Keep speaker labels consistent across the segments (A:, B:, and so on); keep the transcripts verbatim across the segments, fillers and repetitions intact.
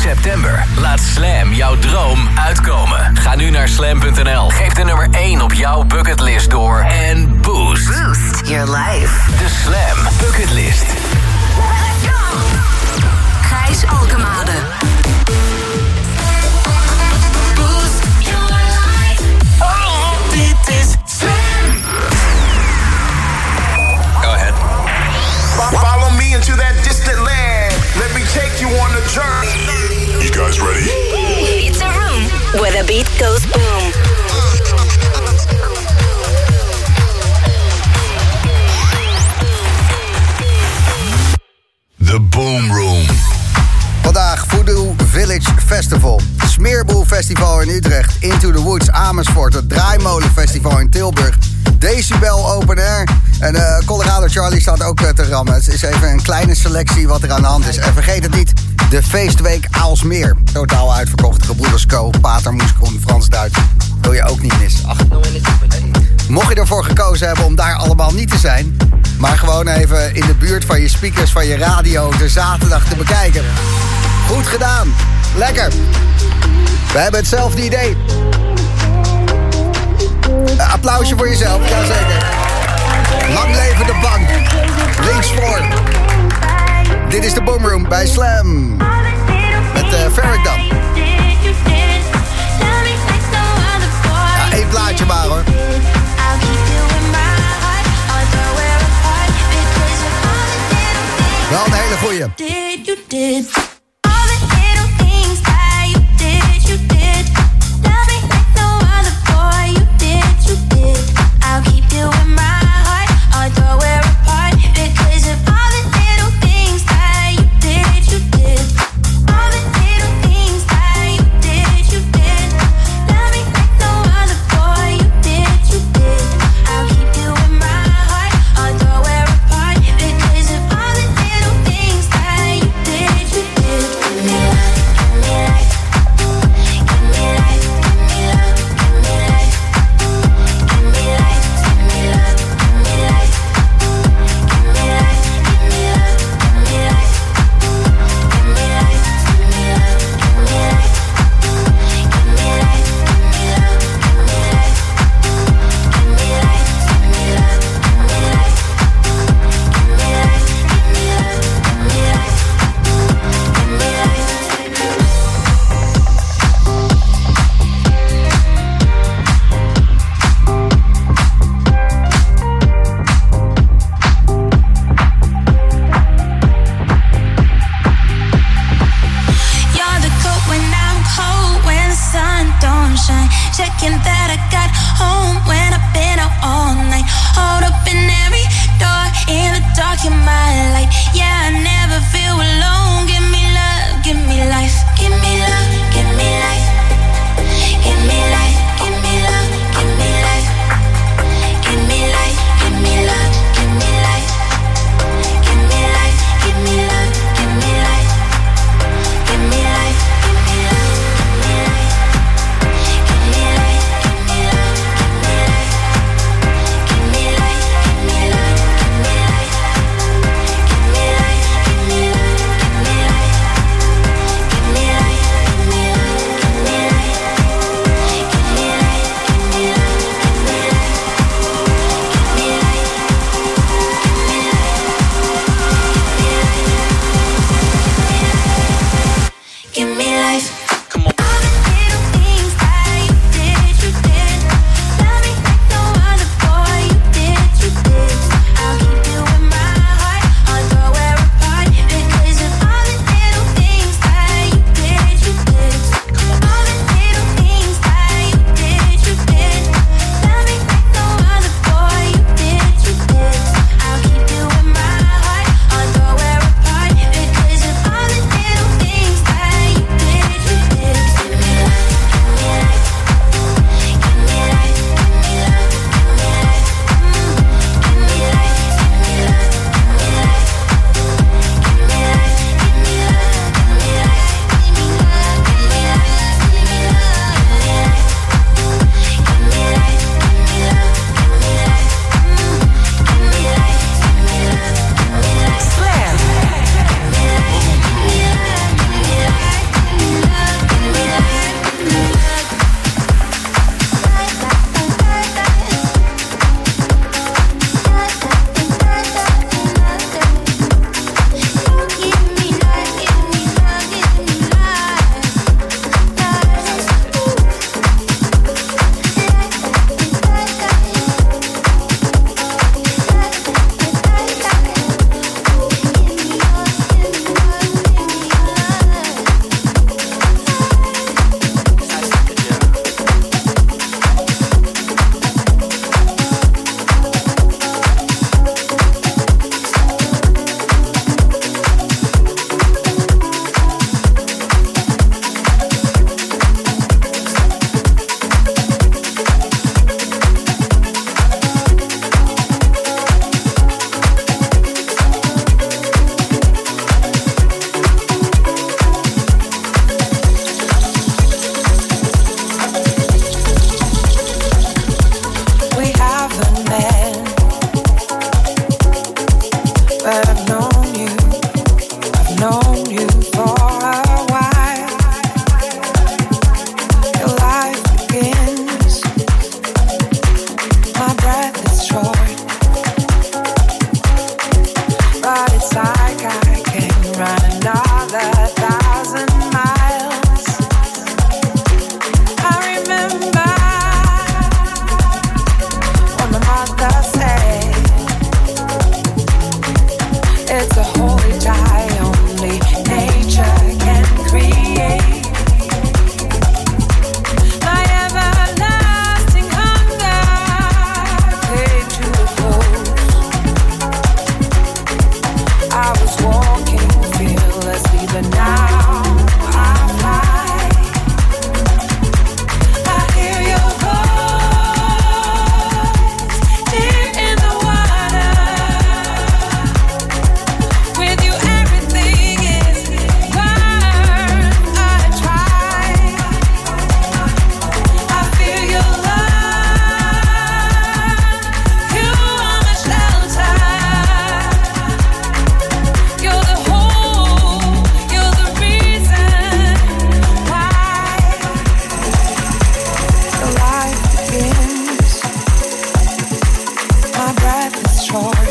A: september. Laat Slam jouw droom uitkomen. Ga nu naar slam punt n l. Geef de nummer één op jouw bucketlist door en boost.
B: Boost your life.
A: De Slam Bucketlist.
B: Gijs Alkemade.
C: Boost your life. Oh, dit is Slam.
A: Go ahead.
D: Follow me into that distant land. Let me take you on a journey.
E: You guys ready?
B: It's a room where the beat goes boom.
E: The Boom Room.
F: Vandaag Voodoo Village Festival, Smeerboel Festival in Utrecht, Into the Woods Amersfoort, het Draaimolen Festival in Tilburg, Decibel Open Air en uh, Colorado Charlie staat ook uh, te rammen. Het is even een kleine selectie wat er aan de hand is. En vergeet het niet, de feestweek Aalsmeer. Totaal uitverkocht, Gebroeders Co, Pater Moeskroen, Frans-Duits. Wil je ook niet missen. Ach. Mocht je ervoor gekozen hebben om daar allemaal niet te zijn, maar gewoon even in de buurt van je speakers, van je radio, de zaterdag te bekijken. Goed gedaan. Lekker. We hebben hetzelfde idee. Een applausje voor jezelf, jazeker. Lang leven de bank. Links voor. Dit is de Boom Room bij Slam. Met uh, Ferric dan. Ja, één plaatje maar hoor. Wel een hele goeie.
C: Did you did all the little things that you did, you did. Love me like no other boy, you did, you did. I'll keep you in my heart, I'll throw it apart because of all the little things that you did, you did. All the little things that you did, you did. Love me like no other boy, you did, you did. I'll keep you in my heart, I'll throw it apart because of all the little things that you did, you did.
E: you for a while. Your life begins. My breath is short, but it's like I can run another thousand miles. I remember when my mother said it's a holy die only nature can create. My everlasting hunger came to a close. I was walking fearlessly, but now I fly. I hear your voice deep in the water. With you everything is worth a try. I feel your love. You are my shelter. You're the hope. You're the reason why the life begins. My breath is short,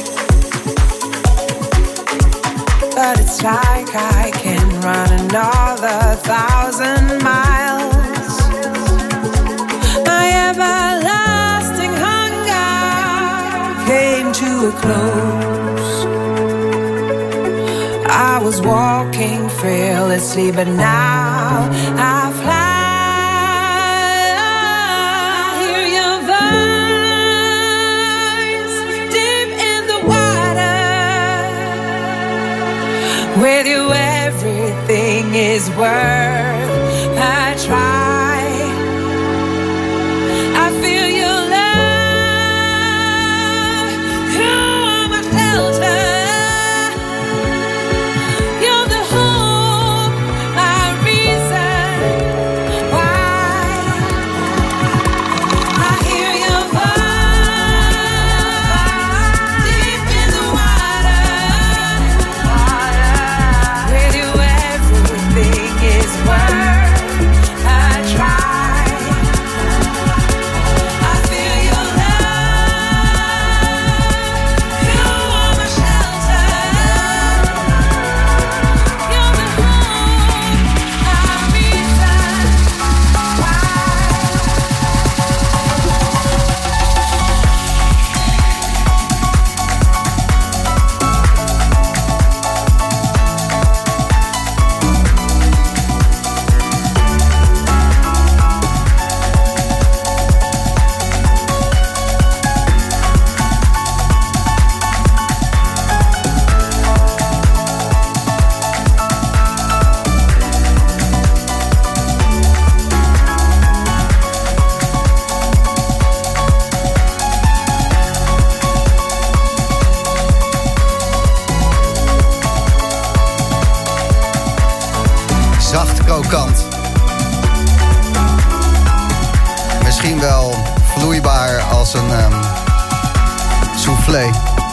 E: but it's like I can run another thousand miles. My everlasting hunger came to a close. I was walking fearlessly, but now I fly. I hear your voice deep in the water. With you everything is worth a try. I feel your love. You are my shelter. You're the hope, my reason why. I hear your voice deep in the water. With you everything is worth a try. I feel your love. You are my shelter. You're the hope, my reason why.
F: Zacht krokant. Misschien wel vloeibaar als een ehm soufflé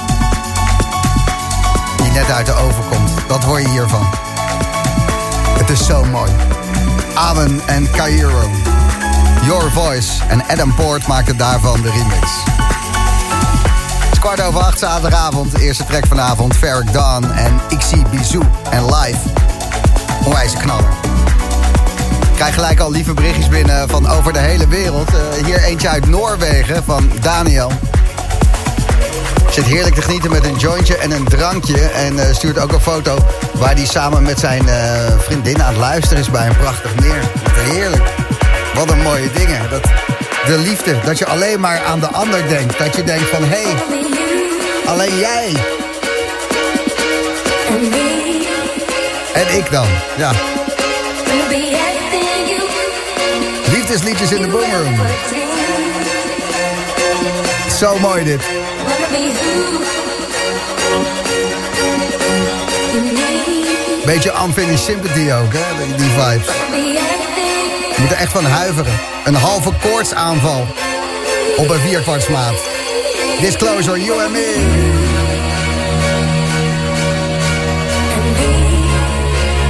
F: die net uit de oven komt. Dat hoor je hiervan. Het is zo mooi. Amen en Cairo. Your Voice. En Adam Port maakte daarvan de remix. Het is kwart over acht zaterdagavond. De eerste track vanavond. Ferric Dawn en Ixie Bizou. En live. Onwijze knaller. Ik krijg gelijk al lieve berichtjes binnen van over de hele wereld. Uh, hier eentje uit Noorwegen van Daniel. Zit heerlijk te genieten met een jointje en een drankje. En uh, stuurt ook een foto waar hij samen met zijn uh, vriendin aan het luisteren is bij een prachtig meer. Wat heerlijk. Wat een mooie dingen. Dat, de liefde, dat je alleen maar aan de ander denkt. Dat je denkt van, hé, hey, alleen jij. En ik dan, ja. Liefdesliedjes in de boomroom. Zo mooi dit. Beetje Unfinished Sympathy ook, hè, die vibes. Je moet er echt van huiveren. Een halve koortsaanval op een vierkwartsmaat. Disclosure, you and me.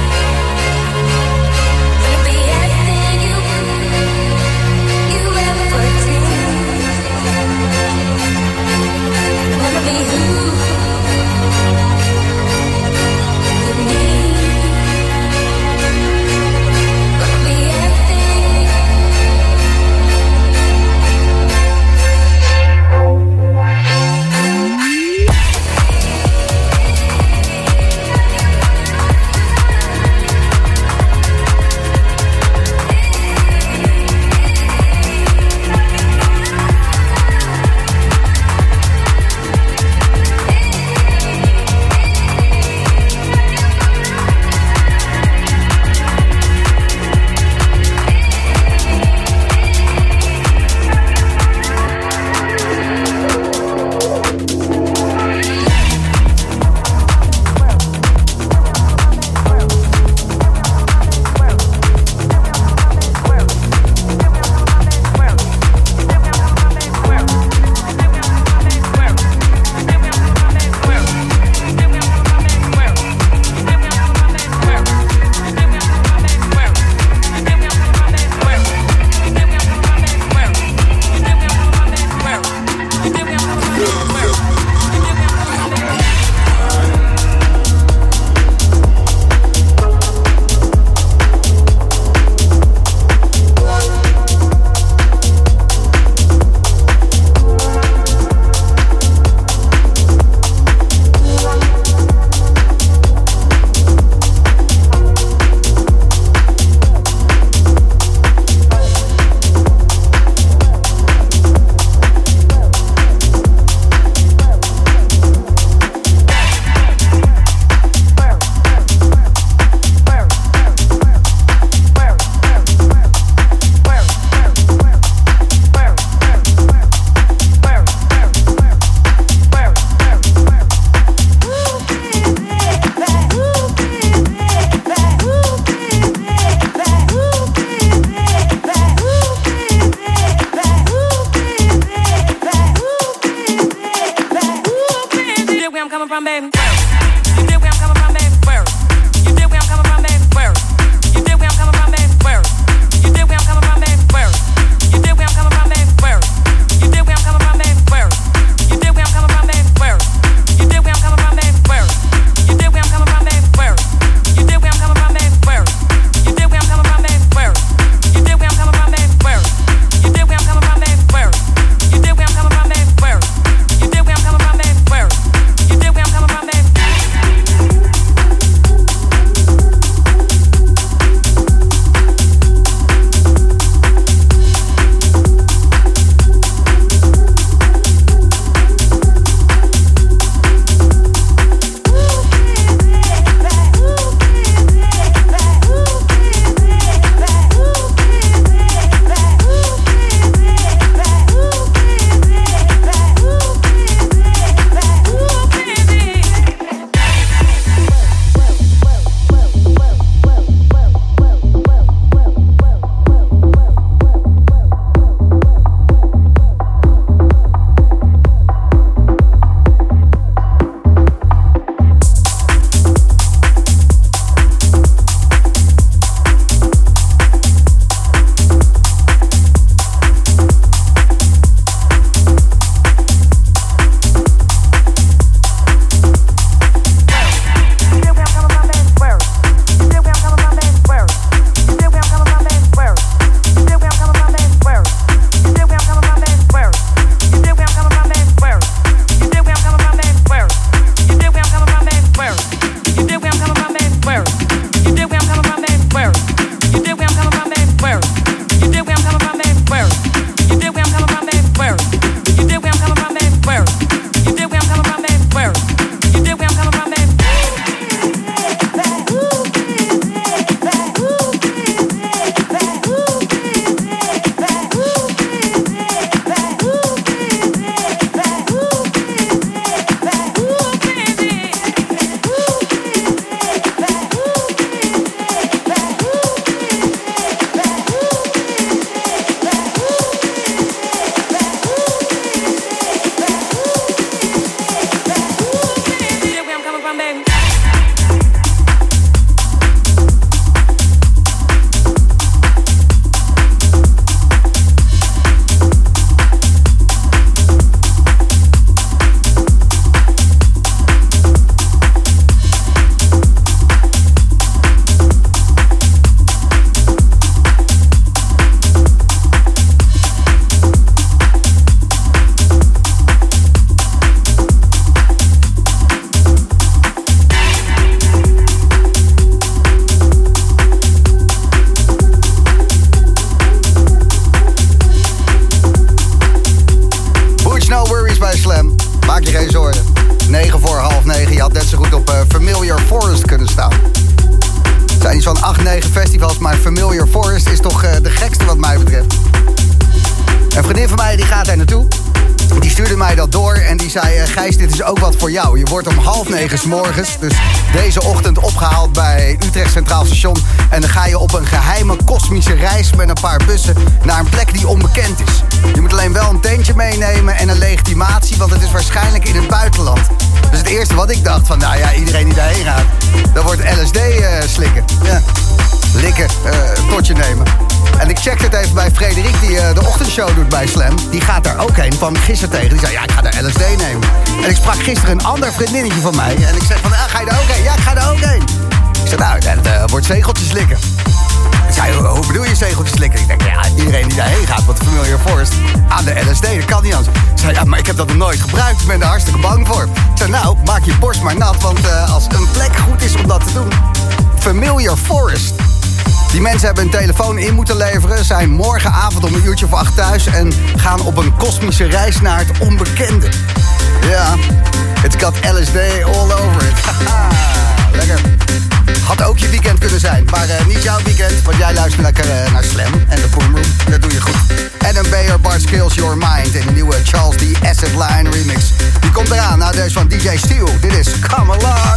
F: gelegen festivals, maar Familiar Forest is toch uh, de gekste wat mij betreft. Een vriendin van mij die gaat daar naartoe. Die stuurde mij dat door en die zei... Uh, Gijs, dit is ook wat voor jou. Je wordt om half negen 's morgens, dus deze ochtend opgehaald bij Utrecht Centraal Station. En dan ga je op een geheime kosmische reis met een paar bussen naar een plek die onbekend is. Je moet alleen wel een tentje meenemen en een legitimatie, want het is waarschijnlijk in het buitenland. Dus het eerste wat ik dacht van, nou ja, iedereen die daarheen gaat, dat wordt L S D uh, slikken. Ja. Likken, uh, totje nemen. En ik checkte het even bij Frederik, die uh, de ochtendshow doet bij Slam. Die gaat daar ook heen, kwam ik gisteren tegen. Die zei, ja, ik ga daar L S D nemen. En ik sprak gisteren een ander vriendinnetje van mij. En ik zeg van, ah, ga je daar ook heen? Ja, ik ga daar ook heen. Ik zeg, nou, dat uh, wordt zegeltjes likken. Ik zei, hoe, hoe bedoel je zegeltjes likken? Ik denk, ja, iedereen die daarheen gaat, wat de Familiar Forest, aan de L S D, dat kan niet anders. Ik zei, ja, maar ik heb dat nog nooit gebruikt. Ik ben er hartstikke bang voor. Ik zei, nou, maak je borst maar nat, want uh, als een plek goed is om dat te doen. Familiar Forest. Die mensen hebben hun telefoon in moeten leveren, zijn morgenavond om een uurtje of acht thuis en gaan op een kosmische reis naar het onbekende. Ja, it's got L S D all over it. Lekker. Had ook je weekend kunnen zijn, maar uh, niet jouw weekend, want jij luistert lekker uh, naar Slam en de Boom Room. Dat doe je goed. Adam Bayer, Bart Skills, Your Mind en de nieuwe Charles D. Acid Line remix. Die komt eraan na deze van D J Steel. Dit is Come Along.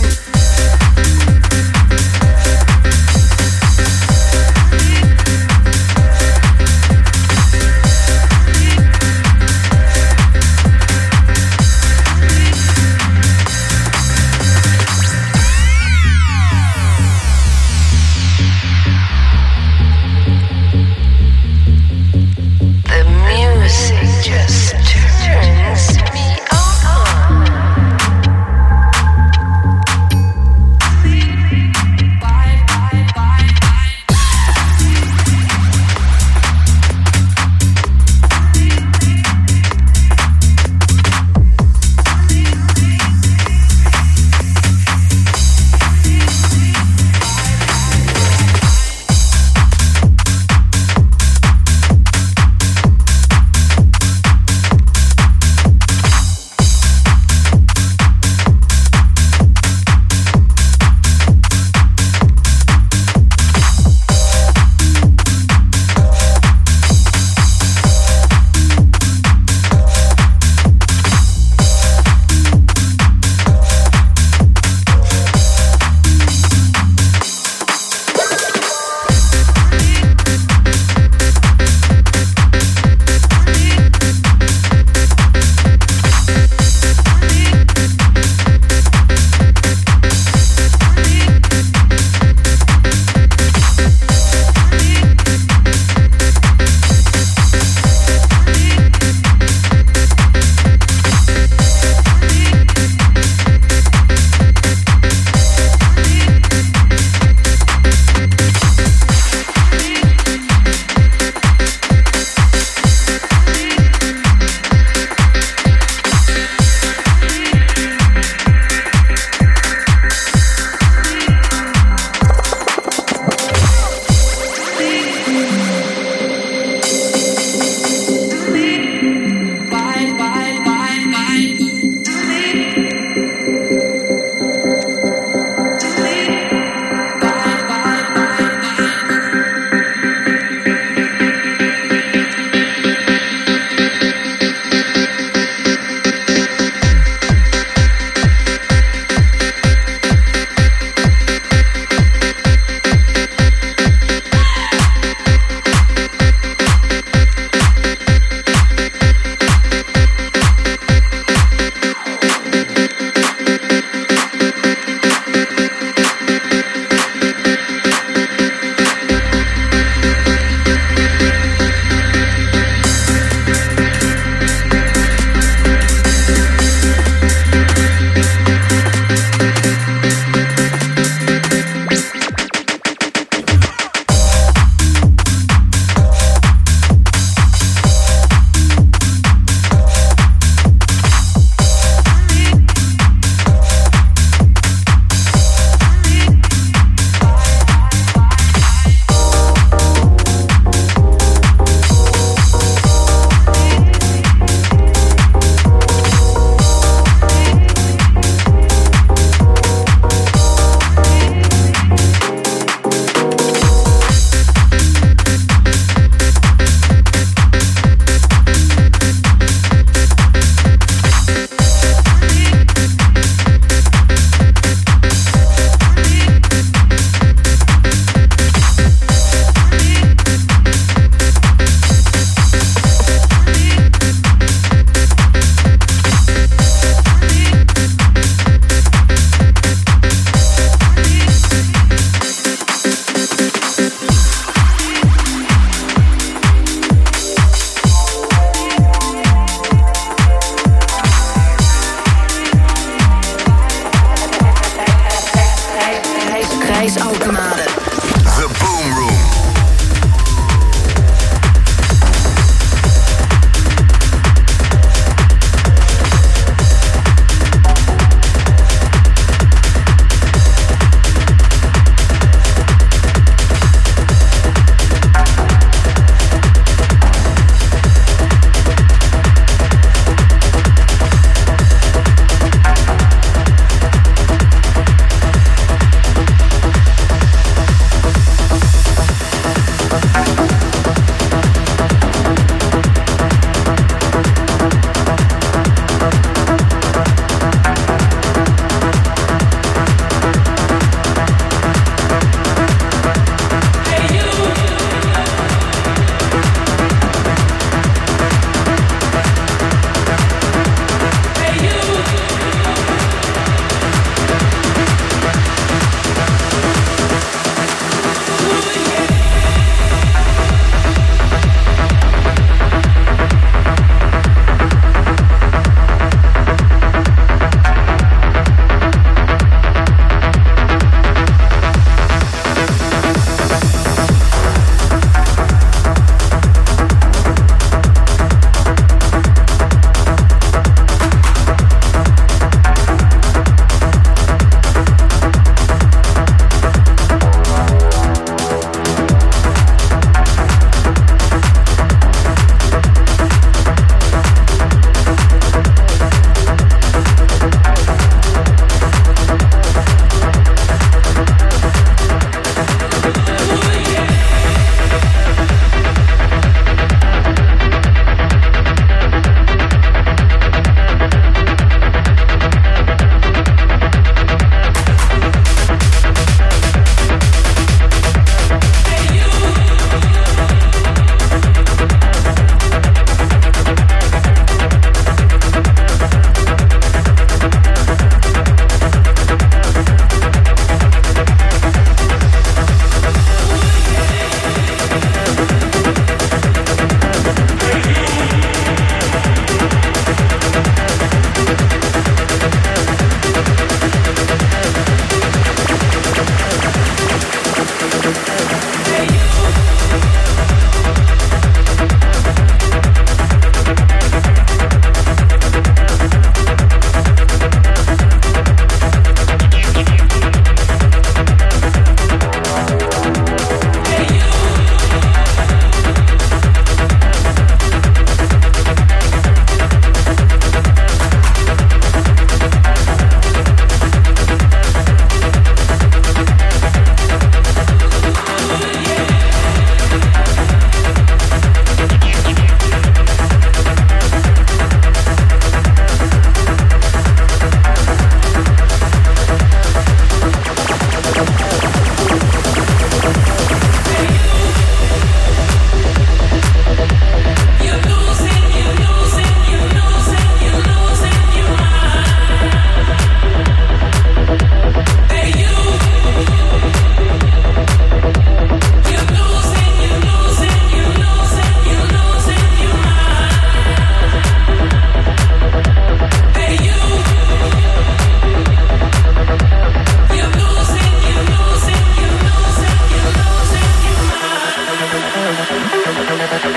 C: Just turns me on.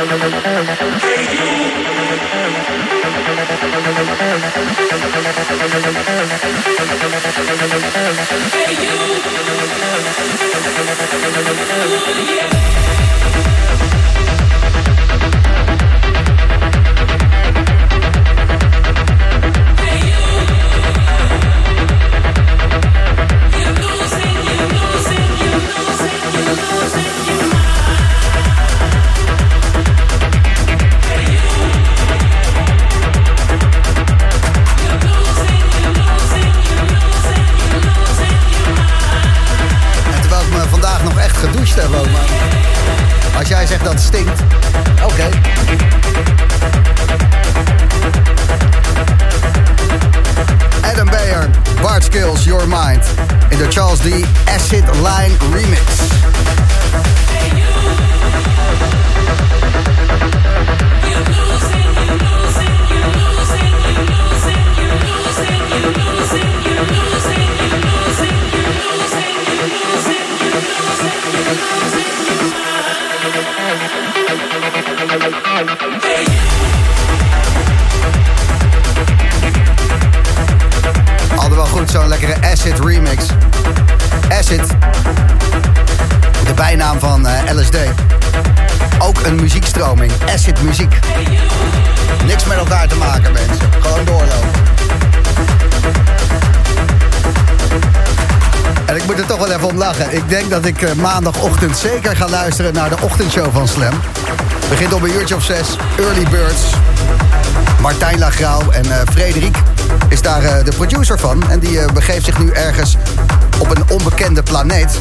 F: Ik denk dat ik uh, maandagochtend zeker ga luisteren naar de ochtendshow van Slam. Begint om een uurtje of zes. Early Birds. Martijn Lagrauw en uh, Frederik is daar uh, de producer van. En die uh, begeeft zich nu ergens op een onbekende planeet.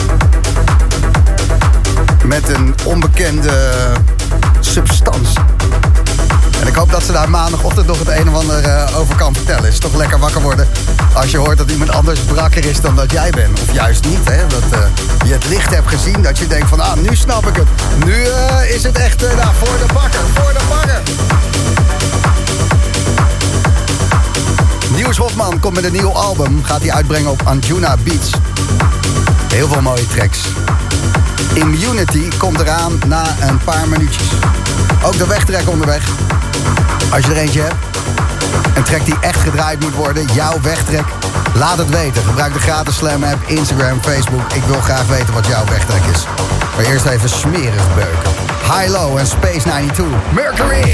F: Met een onbekende substantie. En ik hoop dat ze daar maandagochtend nog het een of ander uh, over kan vertellen. Het is toch lekker wakker worden als je hoort dat iemand anders brakker is dan dat jij bent. Of juist niet, hè. Dat uh, je het licht hebt gezien, dat je denkt van, ah, nu snap ik het. Nu uh, is het echt, uh, nou, voor de bakker, voor de bakker. Nieuws Hofman komt met een nieuw album. Gaat hij uitbrengen op Anjuna Beats. Heel veel mooie tracks. Immunity komt eraan na een paar minuutjes. Ook de wegtrek onderweg. Als je er eentje hebt. Een track die echt gedraaid moet worden. Jouw wegtrek. Laat het weten. Gebruik de gratis Slam app, Instagram, Facebook. Ik wil graag weten wat jouw wegtrek is. Maar eerst even smerig beuken. High Low en Space tweeënnegentig. Mercury!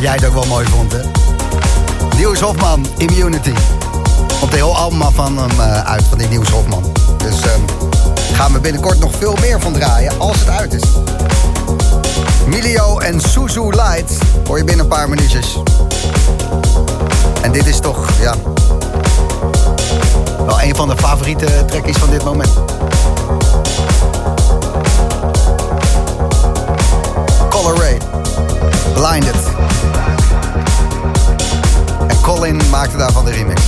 F: dat jij het ook wel mooi vond, hè? Niels Hofman, Immunity. Komt een heel album af van hem uh, uit, van die Niels Hofman. Dus um, gaan we binnenkort nog veel meer van draaien, als het uit is. Milio en Suzu Light hoor je binnen een paar minuutjes. En dit is toch, ja... wel een van de favoriete trackies van dit moment. Color Ray, Blinded. En Colin maakte daarvan de remix.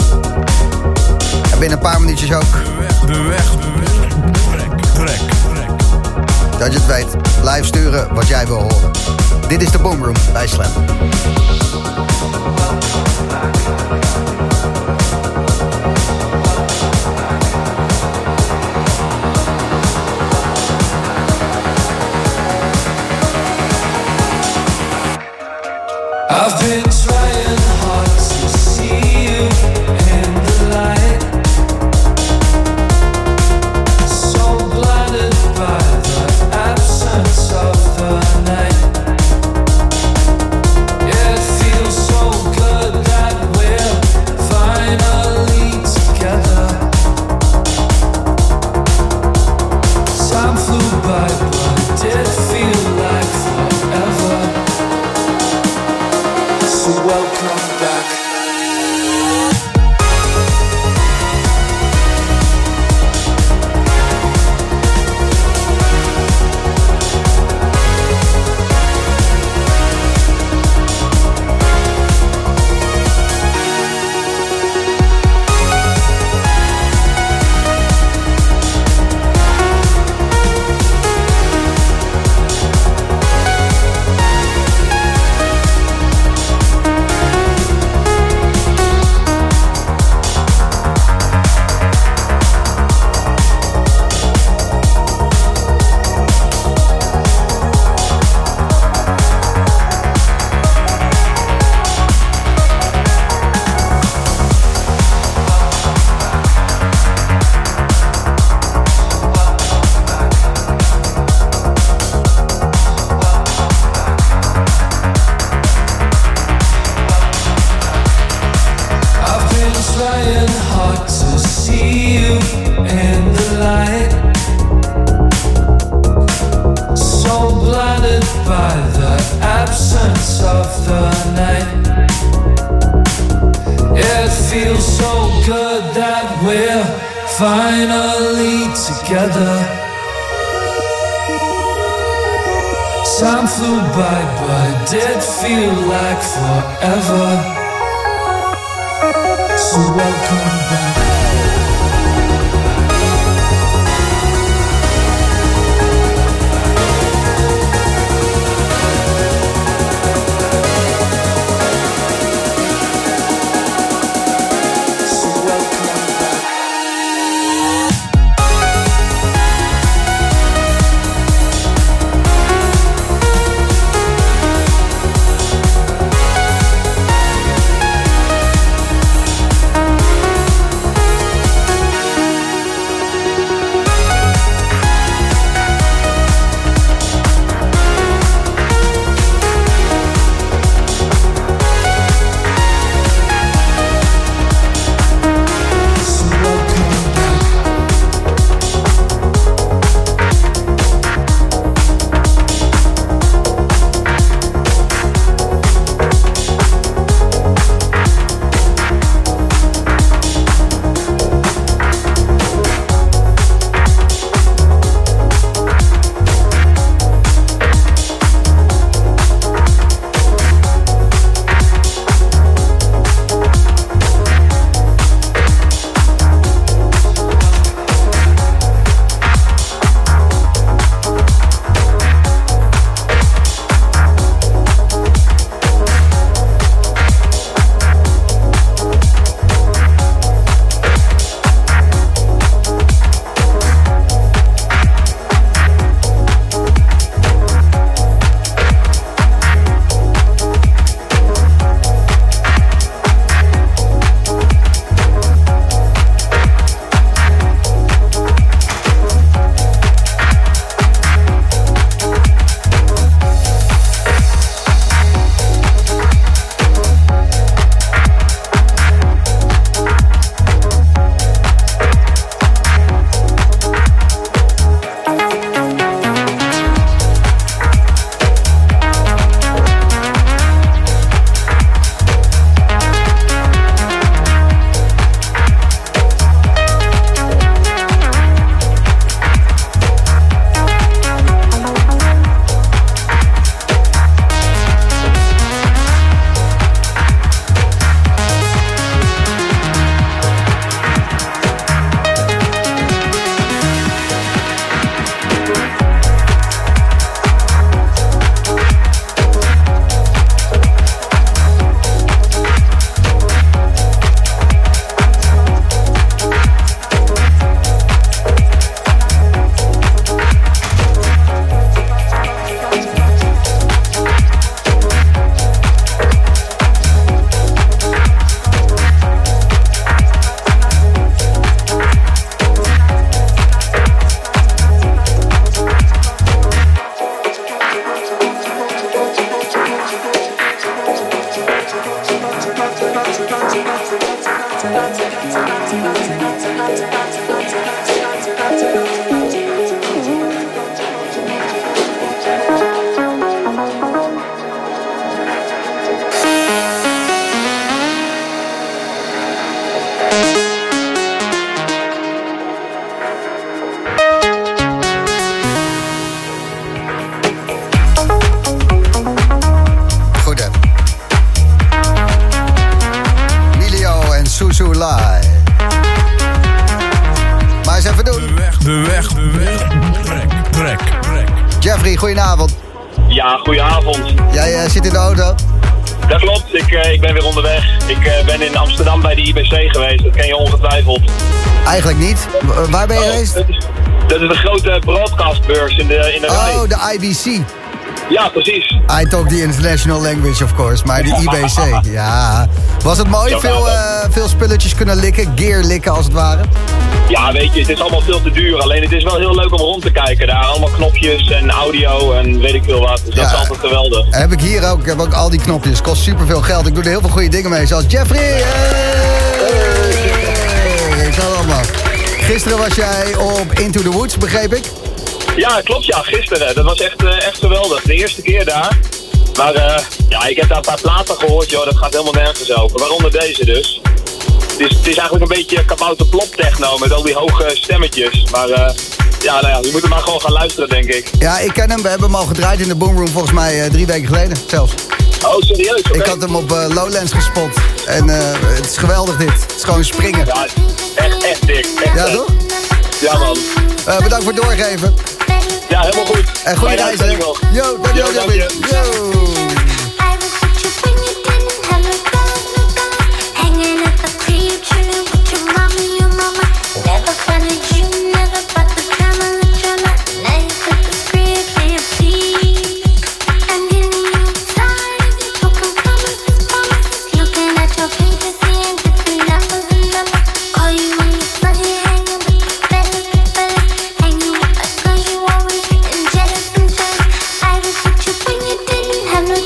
F: En binnen een paar minuutjes ook.
G: De weg, de weg, trek, trek, trek.
F: Dat je het weet, blijf sturen wat jij wil horen. Dit is de Boom Room bij Slam.
H: I've been trying hard to see you in the light. So blinded by the absence of the night. Yeah, it feels so good that we're finally together. Time flew by, but it did feel like forever. So welcome back. Finally together. Time flew by, but it did feel like forever. So welcome back.
F: July. Maar eens even doen.
G: De weg, de weg, de weg. Trek, trek, trek.
F: Jeffrey, goedenavond.
I: Ja, goedenavond.
F: Jij uh, zit in de auto?
I: Dat klopt, ik, uh, ik ben weer onderweg. Ik uh, ben in Amsterdam bij de I B C geweest, dat ken je ongetwijfeld.
F: Eigenlijk niet. W- waar ben je
I: Oh,
F: geweest?
I: dat, is, dat is de grote broadcastbeurs in de, in de rij.
F: Oh, de I B C.
I: Ja, precies.
F: I talk the international language, of course. Maar de I B C, ja. Was het mooi? Veel, uh, veel spulletjes kunnen likken, gear likken als het ware?
I: Ja, weet je, het is allemaal veel te duur. Alleen het is wel heel leuk om rond te kijken daar. Allemaal knopjes en audio en weet ik veel wat. Dus
F: Ja.
I: dat is altijd geweldig.
F: Heb ik hier ook. Ik heb ook al die knopjes. Kost superveel geld. Ik doe er heel veel goede dingen mee. Zoals Jeffrey. Hey! Ik zal allemaal. Gisteren was jij op Into the Woods, begreep ik?
I: Ja, klopt ja, gisteren. Dat was echt, uh, echt geweldig. De eerste keer daar. Maar uh, ja, ik heb daar een paar platen gehoord, joh. Dat gaat helemaal nergens over. Waaronder deze dus. Het is, het is eigenlijk een beetje kabouter plop techno met al die hoge stemmetjes. Maar uh, ja, nou ja, je moet er maar gewoon gaan luisteren, denk ik.
F: Ja, ik ken hem. We hebben hem al gedraaid in de Boomroom volgens mij uh, drie weken geleden zelfs.
I: Oh, serieus? Okay.
F: Ik had hem op uh, Lowlands gespot. En uh, het is geweldig dit. Het is gewoon springen.
I: Ja, echt, echt dik. Echt
F: ja,
I: dik.
F: toch?
I: Ja, man.
F: Uh, bedankt voor het doorgeven.
I: Ja, helemaal goed.
F: En goede reis, hè? Yo, dankjewel, Jeffrey. Yo.
C: Have no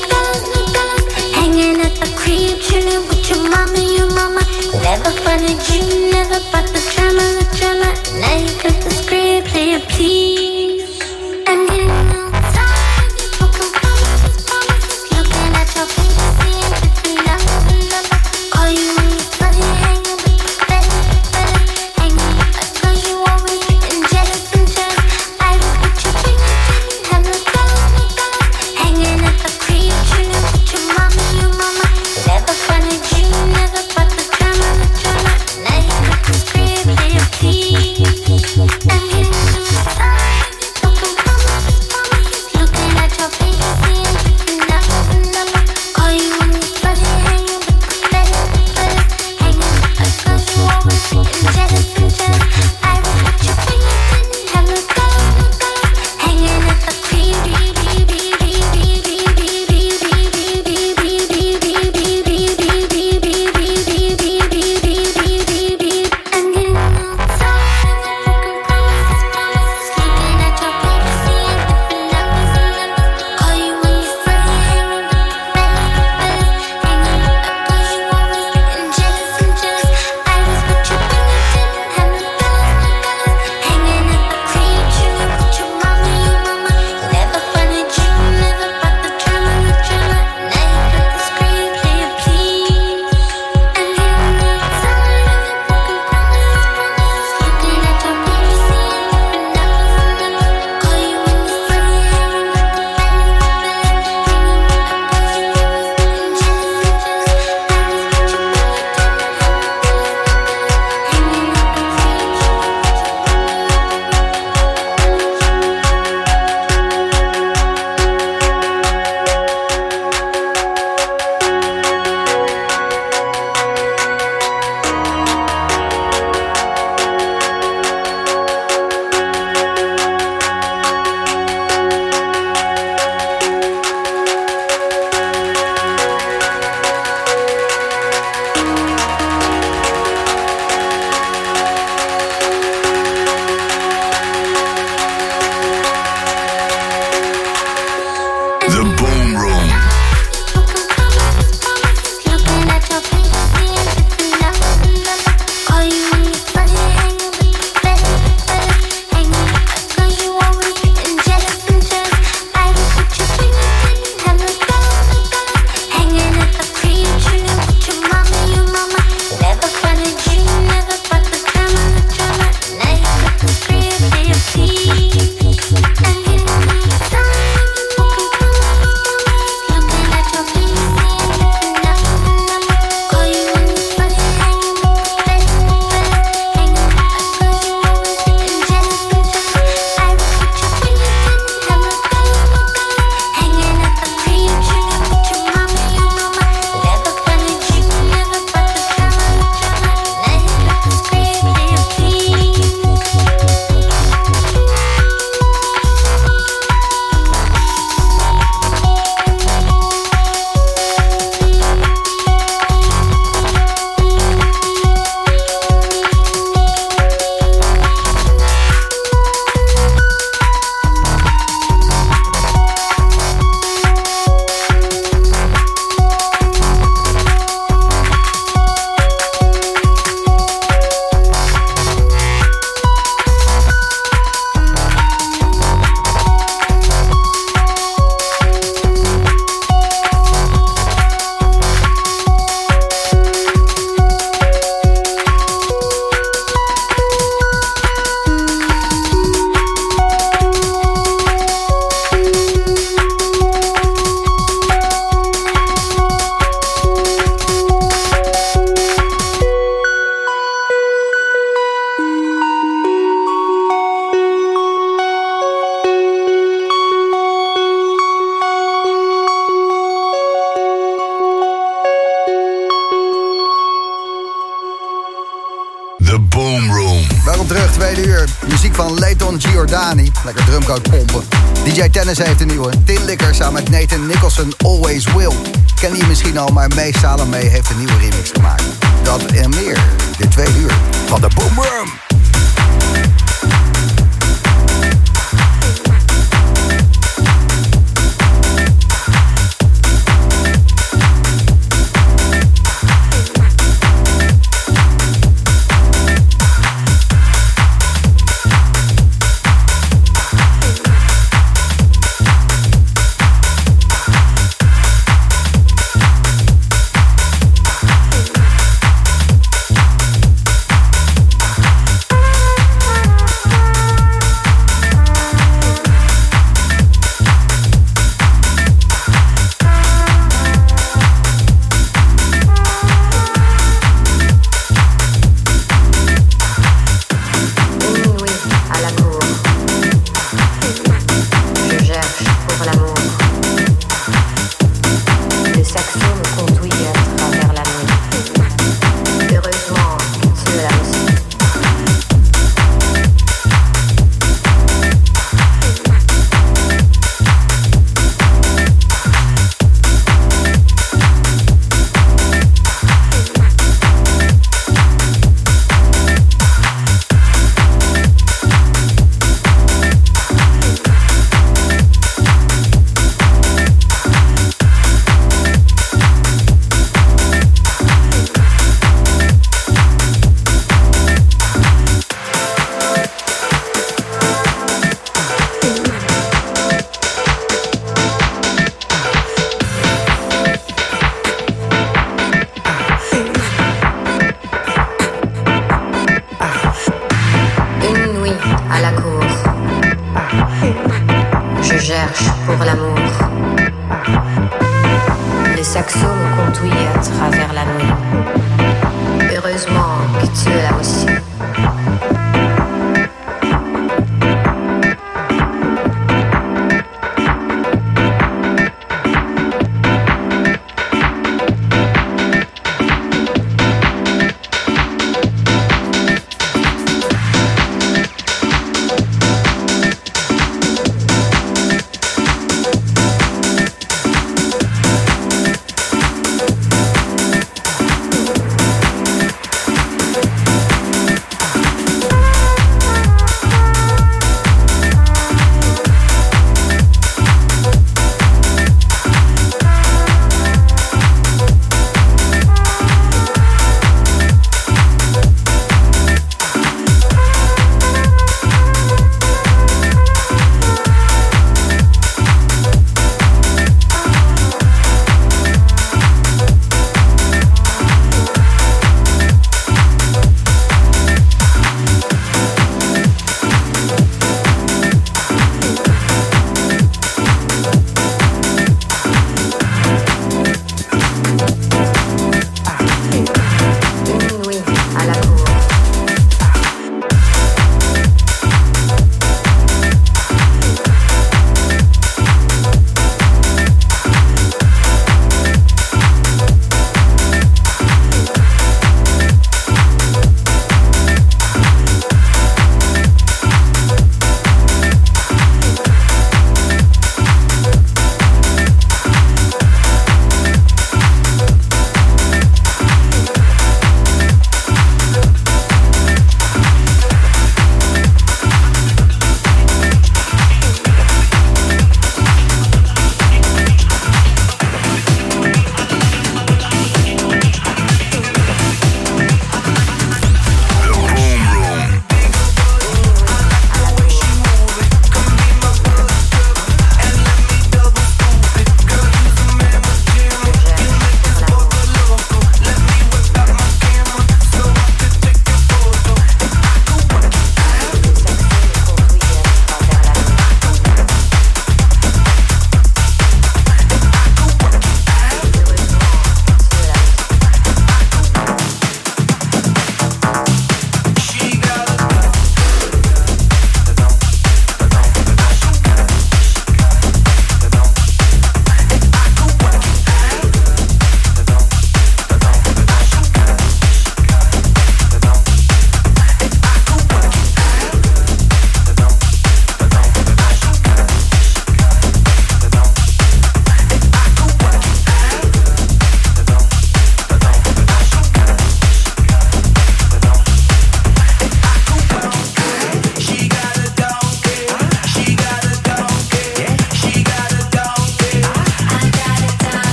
F: van Leighton Giordani. Lekker drumcoat pompen. D J Tennis heeft een nieuwe. Tin Licker samen met Nathan Nicholson, Always Will. Ken je misschien al, maar May Salome heeft een nieuwe remix gemaakt. Dat en meer. Dit tweede uur van de Boom Room.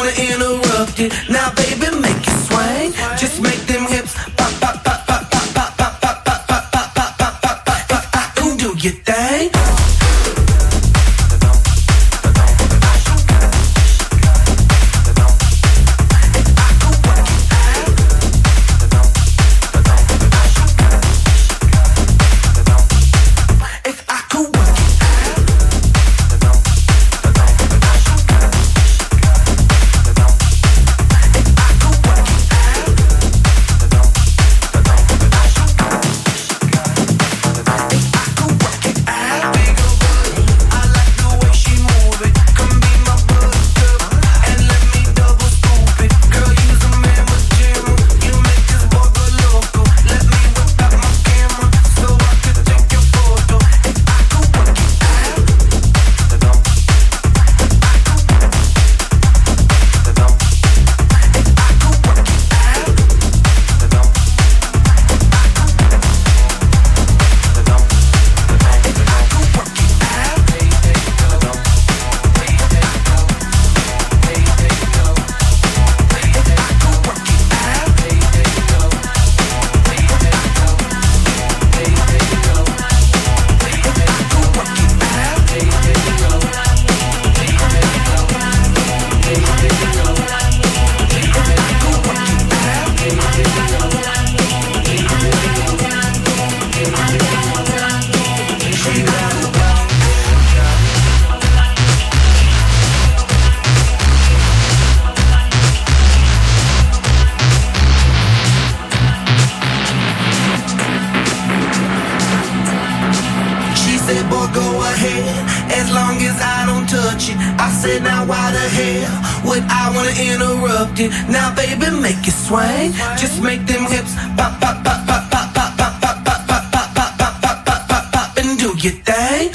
H: wanna interrupt it. Now, baby, make it swing. Just make them hips pop, pop, pop, pop, pop, pop, pop, pop, pop, pop, pop, pop, pop, pop. If I can do your thing. Now, baby, make it swing. Just make them hips pop, pop, pop, pop, pop, pop, pop, pop, pop, pop, pop, pop, pop, pop, pop, pop, pop, and do your thing.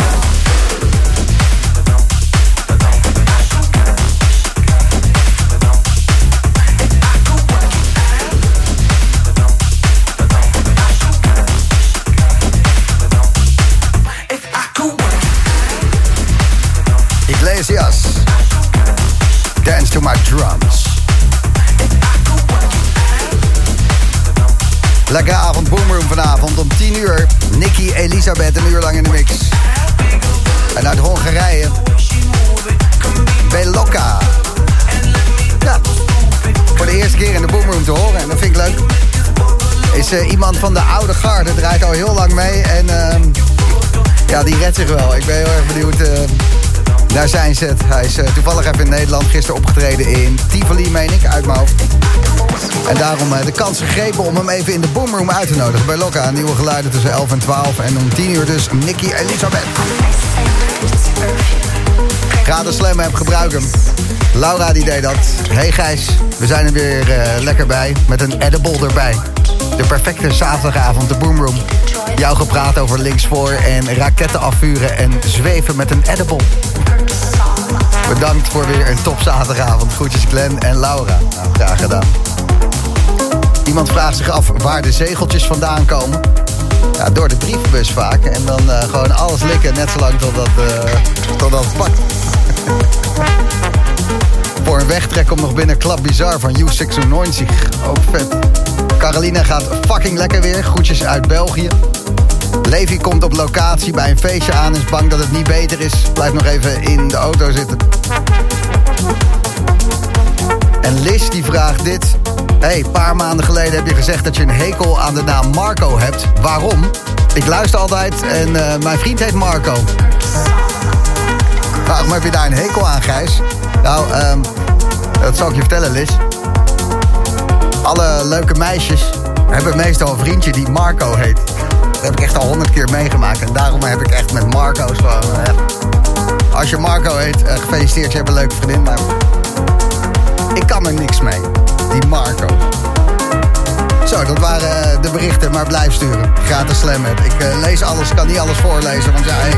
F: Iglesias, dance to my drums. Lekkere avond Boomroom vanavond om tien uur. Nicky Elisabeth een uur lang in de mix. En uit Hongarije, Belocca. Ja, voor de eerste keer in de Boomroom te horen en dat vind ik leuk. Is uh, iemand van de oude garde, draait al heel lang mee. En uh, ja, die redt zich wel. Ik ben heel erg benieuwd uh, naar zijn set. Hij is uh, toevallig even in Nederland, gisteren opgetreden in Tivoli, meen ik, uit mijn hoofd. En daarom uh, de kans gegrepen om hem even in de Boomroom uit te nodigen bij Lokka. Nieuwe geluiden tussen elf en twaalf. En om tien uur dus Nicky Elisabeth. Ga de Slam app, gebruik hem. Laura die deed dat. Hey Gijs, we zijn er weer uh, lekker bij. Met een edible erbij. De perfecte zaterdagavond, de Boomroom. Jou gepraat over linksvoor en raketten afvuren en zweven met een edible. Bedankt voor weer een top zaterdagavond. Groetjes Glenn en Laura. Nou, graag gedaan. Iemand vraagt zich af waar de zegeltjes vandaan komen. Ja, door de brievenbus vaak. En dan uh, gewoon alles likken, net zolang totdat, uh, totdat het pakt. Voor een wegtrek komt nog binnen Club Bizarre van U zesennegentig. Ook vet. Caroline gaat fucking lekker weer. Groetjes uit België. Levi komt op locatie bij een feestje aan. Is bang dat het niet beter is. Blijft nog even in de auto zitten. En Liz die vraagt dit. Hey, een paar maanden geleden heb je gezegd dat je een hekel aan de naam Marco hebt. Waarom? Ik luister altijd en uh, mijn vriend heet Marco. Waarom heb je daar een hekel aan, Gijs? Nou, um, dat zal ik je vertellen, Liz. Alle leuke meisjes hebben meestal een vriendje die Marco heet. Dat heb ik echt al honderd keer meegemaakt. En daarom heb ik echt met Marco's gewoon... Uh, als je Marco heet, uh, gefeliciteerd, je hebt een leuke vriendin. Maar ik kan er niks mee. Die Marco's. Zo, dat waren de berichten, maar blijf sturen. Gratis Slam app. Ik uh, lees alles, kan niet alles voorlezen, want ja, hey,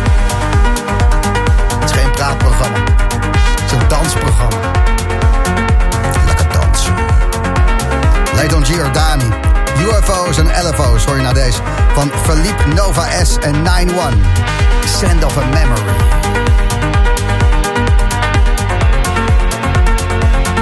F: het is geen praatprogramma. Het is een dansprogramma. Lekker dansen. Leidon Giordani. U F O's en L F O's hoor je naar deze. Van Philippe Nova S en nine one. Send of a Memory.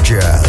F: Jazz.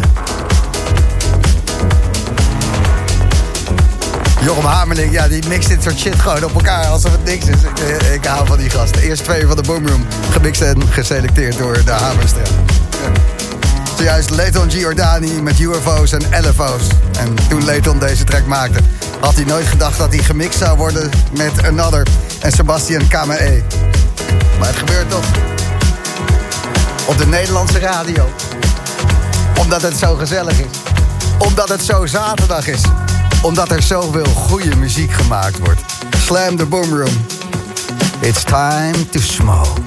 F: Jochem Hamerling, ja, die mixt dit soort shit gewoon op elkaar alsof het niks is. Ik, ik hou van die gasten. Eerst twee uur van de Boomroom, gemixt en geselecteerd door de Hamerstraat. Zojuist Leighton Giordani met U F O's en L F O's. En toen Leighton deze track maakte, had hij nooit gedacht dat hij gemixt zou worden met Another en Sebastian K M E. Maar het gebeurt toch. Op de Nederlandse radio. Omdat het zo gezellig is. Omdat het zo zaterdag is. Omdat er zoveel goede muziek gemaakt wordt. Slam the Boomroom. It's time to smoke.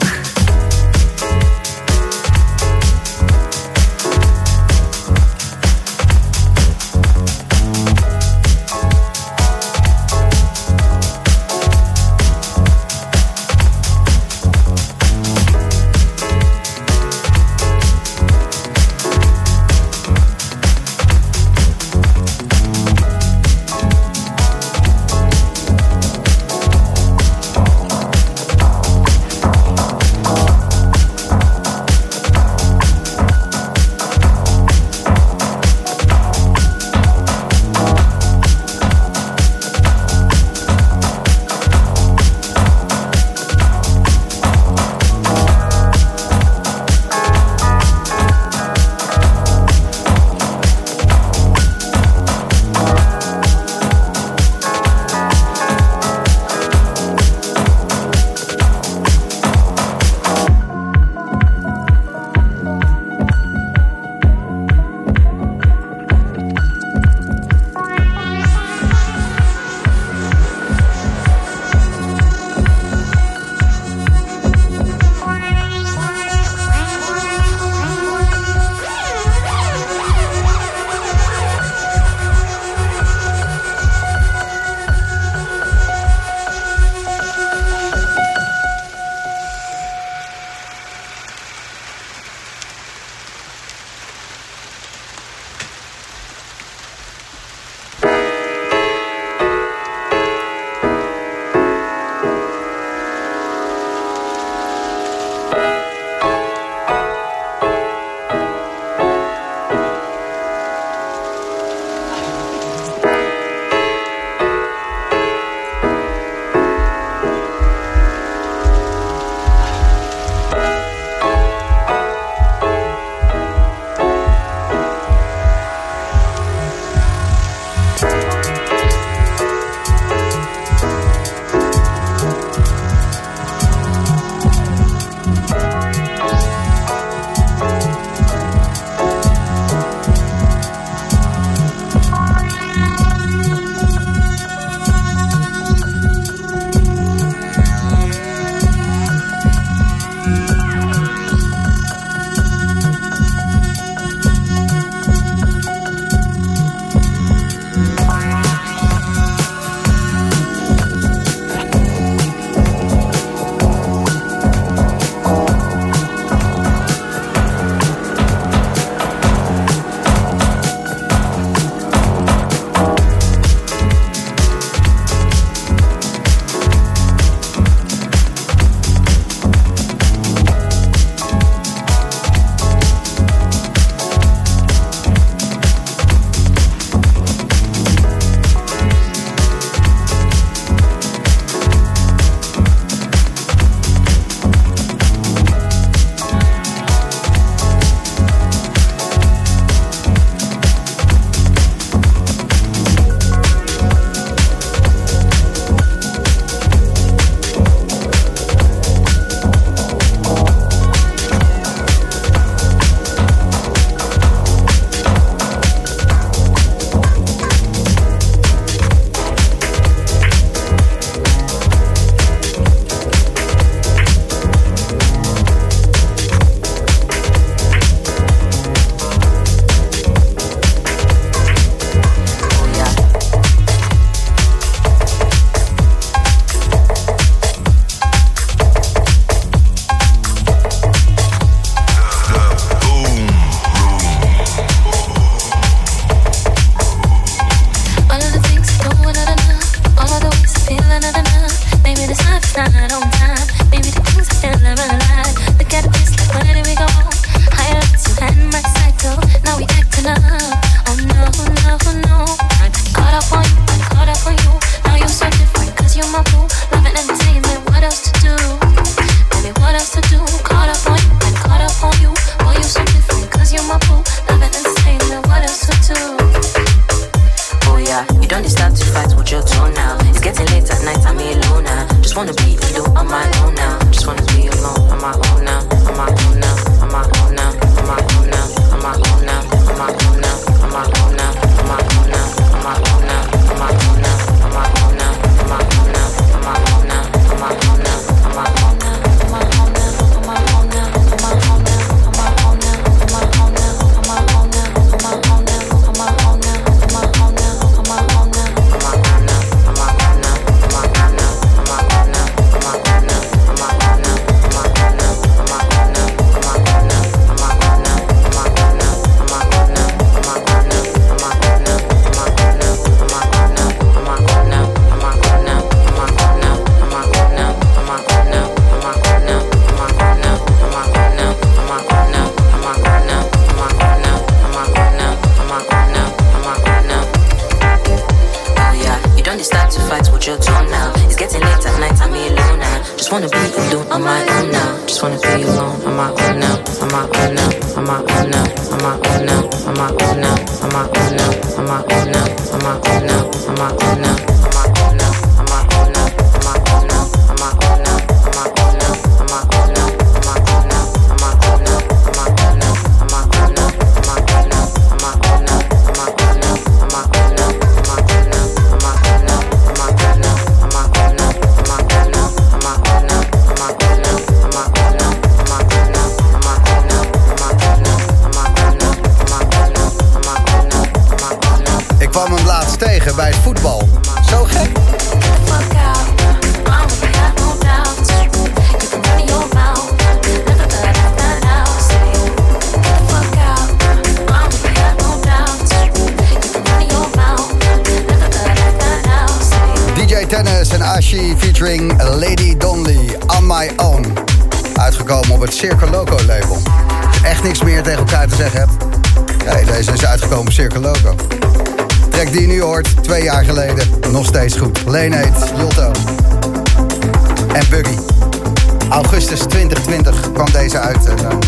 F: Lady Donley, On My Own. Uitgekomen op het Circle Loco label. Als je echt niks meer tegen elkaar te zeggen hebt. Nee, deze is uitgekomen op Circle Loco. Track die je nu hoort, twee jaar geleden. Nog steeds goed. Leenheid, Jotto. En Buggy. Augustus twintig twintig kwam deze uit. En, uh,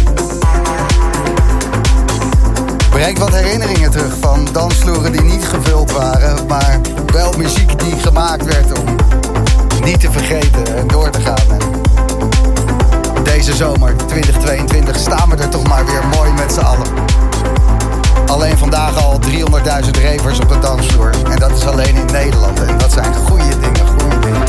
F: brengt wat herinneringen terug van dansvloeren die niet gevuld waren. Maar wel muziek die gemaakt werd om niet te vergeten en door te gaan. En deze zomer, twintig tweeëntwintig, staan we er toch maar weer mooi met z'n allen. Alleen vandaag al driehonderdduizend ravers op de dansvloer. En dat is alleen in Nederland. En dat zijn goede dingen, goede dingen.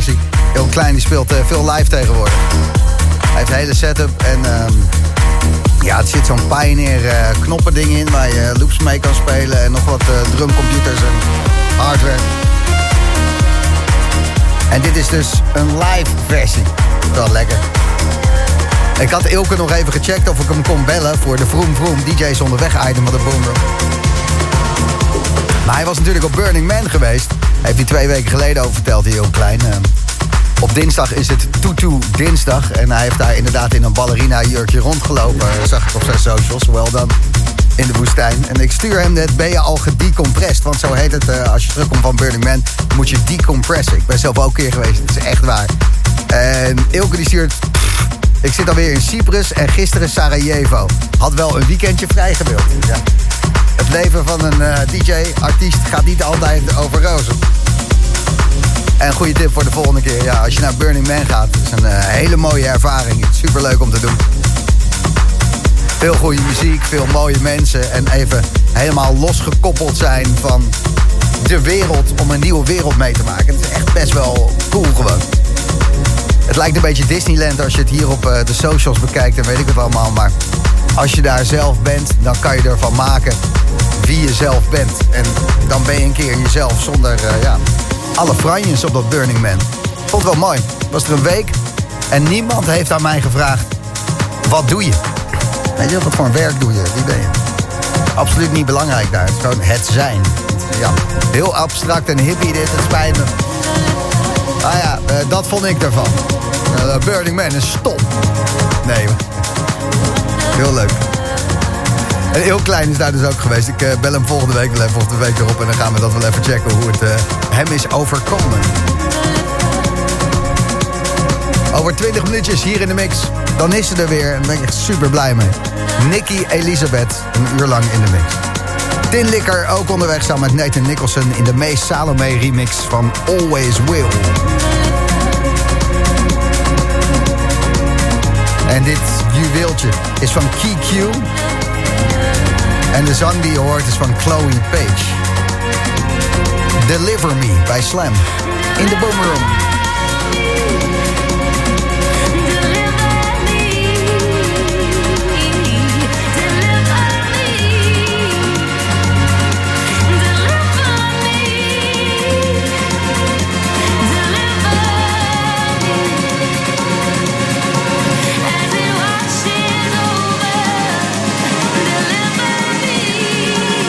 F: versie. Heel klein, die speelt uh, veel live tegenwoordig. Hij heeft een hele setup en um, ja, er zit zo'n Pioneer uh, knoppending in waar je loops mee kan spelen en nog wat uh, drumcomputers en hardware. En dit is dus een live versie. Wel lekker. Ik had Ilke nog even gecheckt of ik hem kon bellen voor de Vroom Vroom D J's onderweg item van de Boom Room. Maar hij was natuurlijk op Burning Man geweest. Heeft hij twee weken geleden over verteld, heel klein. Uh, op dinsdag is het Tutu dinsdag. En hij heeft daar inderdaad in een ballerina jurkje rondgelopen. Dat zag ik op zijn socials, wel dan. In de woestijn. En ik stuur hem net, ben je al gedecompressed? Want zo heet het, uh, als je terugkomt van Burning Man, moet je decompressen. Ik ben zelf ook een keer geweest, het is echt waar. En Ilke die stuurt, pff, ik zit alweer in Cyprus en gisteren Sarajevo. Had wel een weekendje vrijgewild. Ja. Het leven van een uh, D J-artiest gaat niet altijd over rozen. En een goede tip voor de volgende keer. Ja, als je naar Burning Man gaat, is een uh, hele mooie ervaring. Superleuk om te doen. Veel goede muziek, veel mooie mensen. En even helemaal losgekoppeld zijn van de wereld om een nieuwe wereld mee te maken. Het is echt best wel cool gewoon. Het lijkt een beetje Disneyland als je het hier op uh, de socials bekijkt en weet ik het allemaal. Maar als je daar zelf bent, dan kan je ervan maken wie je zelf bent. En dan ben je een keer jezelf zonder uh, ja, alle franjes op dat Burning Man. Vond het wel mooi. Was er een week en niemand heeft aan mij gevraagd, wat doe je? Weet je, wat voor een werk doe je? Wie ben je? Absoluut niet belangrijk daar. Het is gewoon het zijn. Ja, heel abstract en hippie dit, het spijt me. Ah ja, uh, dat vond ik ervan. Uh, Burning Man is stom. Nee, heel leuk. En heel klein is daar dus ook geweest. Ik uh, bel hem volgende week wel even of de week erop. En dan gaan we dat wel even checken hoe het uh, hem is overkomen. Over twintig minuutjes hier in de mix. Dan is ze er weer en daar ben ik echt super blij mee. Nikki Elizabeth, een uur lang in de mix. Tin Licker ook onderweg samen met Nathan Nicholson in de May Salome remix van Always Will. En dit juweeltje is van Key Q. En de zang die je hoort is van Chloe Page. Deliver Me bij Slam in de Boom Room.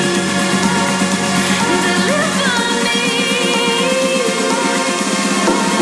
C: Deliver me.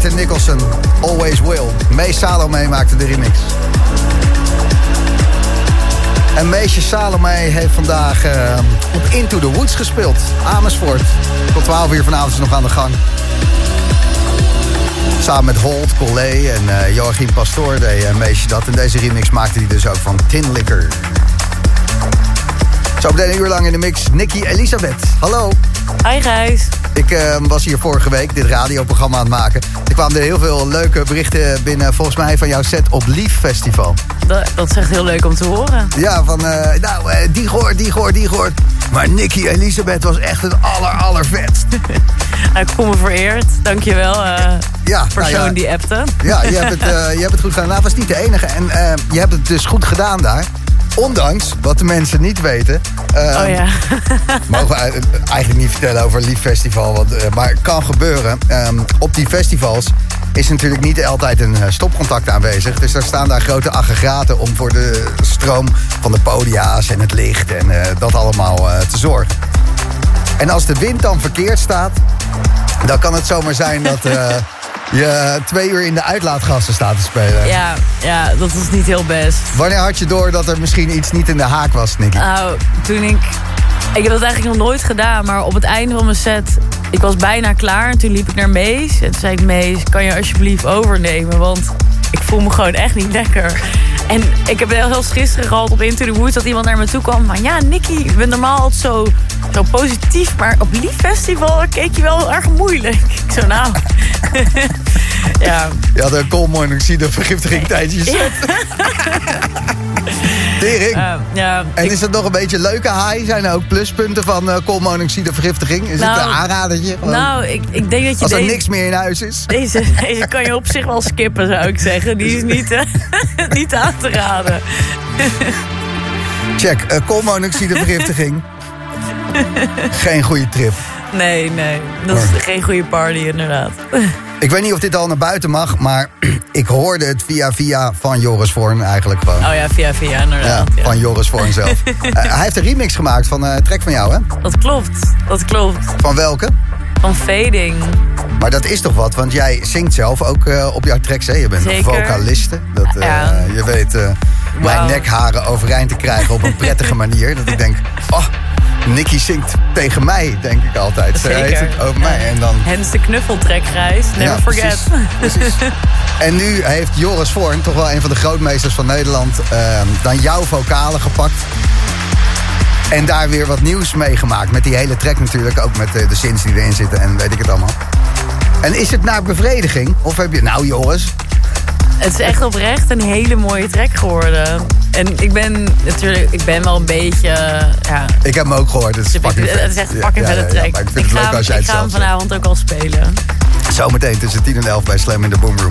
F: Martin Nicholson, Always Will. Mees Salome maakte de remix. En Meesje Salome heeft vandaag uh, op Into the Woods gespeeld. Amersfoort. Tot twaalf uur vanavond is nog aan de gang. Samen met Holt, Collé en uh, Joachim Pastoor deed uh, Meesje dat. En deze remix maakte hij dus ook van Tin Liquor. Zo meteen een uur lang in de mix Nicky Elisabeth. Hallo.
J: Hi Gijs.
F: Ik uh, was hier vorige week dit radioprogramma aan het maken. Er kwamen er heel veel leuke berichten binnen, volgens mij van jouw set op Lief Festival.
J: Dat, dat is echt heel leuk om te horen.
F: Ja, van uh, nou, uh, die gehoord, die gehoord, die gehoord. Maar Nicky Elisabeth was echt het aller, allervetst.
J: Ik voel me vereerd. Dankjewel, uh,
F: ja,
J: persoon nou ja, die appte.
F: Ja, je hebt, het, uh, je hebt het goed gedaan. Nou, dat was niet de enige. En uh, je hebt het dus goed gedaan daar. Ondanks, wat de mensen niet weten... Uh,
J: oh ja.
F: mogen we eigenlijk niet vertellen over Lief Festival. Want, uh, maar het kan gebeuren. Um, op die festivals is natuurlijk niet altijd een stopcontact aanwezig. Dus er staan daar grote aggregaten om voor de stroom van de podia's en het licht en uh, dat allemaal uh, te zorgen. En als de wind dan verkeerd staat, dan kan het zomaar zijn dat uh, je twee uur in de uitlaatgassen staat te spelen.
J: Ja, ja, dat is niet heel best.
F: Wanneer had je door dat er misschien iets niet in de haak was, Nicky?
J: Nou, toen ik... Ik heb dat eigenlijk nog nooit gedaan, maar op het einde van mijn set... Ik was bijna klaar en toen liep ik naar Mees. En toen zei ik, Mees, kan je alsjeblieft overnemen? Want ik voel me gewoon echt niet lekker. En ik heb heel, heel gisteren gehad op Into the Woods dat iemand naar me toe kwam. Maar ja, Nicky, ik ben normaal altijd zo, zo positief. Maar op Lief Festival keek je wel heel erg moeilijk. Ik zo, nou... ja.
F: Je had een koolmonoxide vergiftiging tijdens je set. Tering. Uh,
J: ja,
F: en
J: ik...
F: is het nog een beetje leuke high? Zijn er ook pluspunten van uh, koolmonoxide vergiftiging? Is
J: nou,
F: het een aanradertje? Gewoon?
J: Nou, ik, ik denk dat je...
F: Als er
J: deze...
F: niks meer in huis is.
J: Deze, deze kan je op zich wel skippen, zou ik zeggen. Die is niet, uh, niet aan te raden.
F: Check, uh, koolmonoxide vergiftiging. Geen goede trip.
J: Nee, nee. Dat is maar... geen goede party, inderdaad.
F: Ik weet niet of dit al naar buiten mag, maar ik hoorde het via via van Joris Voorn eigenlijk gewoon.
J: Oh ja, via via, inderdaad.
F: Ja,
J: ja.
F: Van Joris Voorn zelf. uh, hij heeft een remix gemaakt van een uh, track van jou, hè?
J: Dat klopt, dat klopt.
F: Van welke?
J: Van Fading.
F: Maar dat is toch wat, want jij zingt zelf ook uh, op jouw tracks, hè? Je bent
J: Zeker.
F: vocaliste. Dat, uh, ja. Je weet uh, mijn wow. nekharen overeind te krijgen op een prettige manier. Dat ik denk, oh... Nicky zingt tegen mij, denk ik altijd. Ze heeft het over mij. En dan...
J: Hens de knuffeltrek, Gijs. Never ja, forget.
F: Precies, precies. En nu heeft Joris Voorn, toch wel een van de grootmeesters van Nederland... Uh, dan jouw vocalen gepakt. En daar weer wat nieuws mee gemaakt. Met die hele track natuurlijk. Ook met uh, de synths die erin zitten en weet ik het allemaal. En is het naar bevrediging? Of heb je... Nou, Joris...
J: Het is echt oprecht een hele mooie track geworden. En ik ben natuurlijk, ik ben wel een beetje, ja...
F: Ik heb hem ook gehoord, het is fucking vet.
J: Het is echt fucking vette track.
F: Ja, ja, ja, ik vind ik het leuk als jij het zelf
J: Ik ga hem vanavond ook al spelen.
F: Zometeen tussen tien en elf bij Slam in de Boomroom.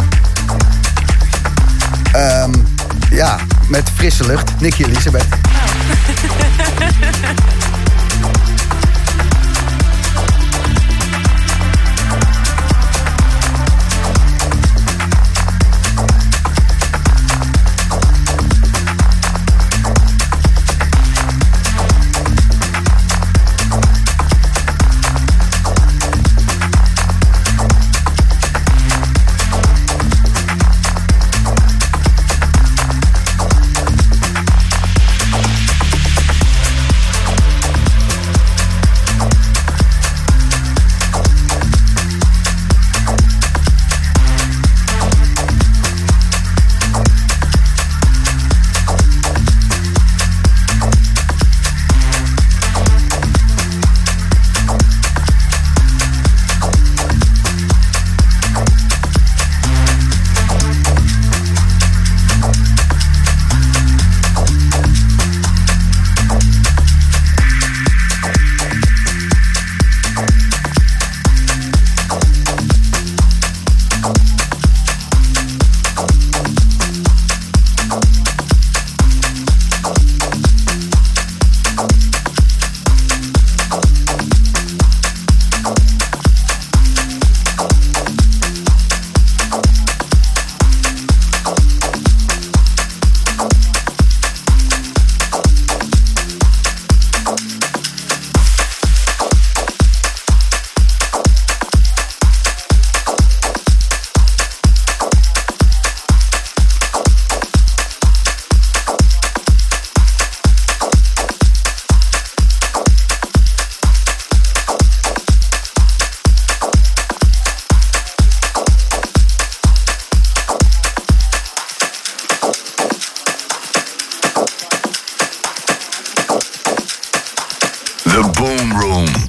F: Um, ja, met frisse lucht. Nicky Elisabeth. Oh.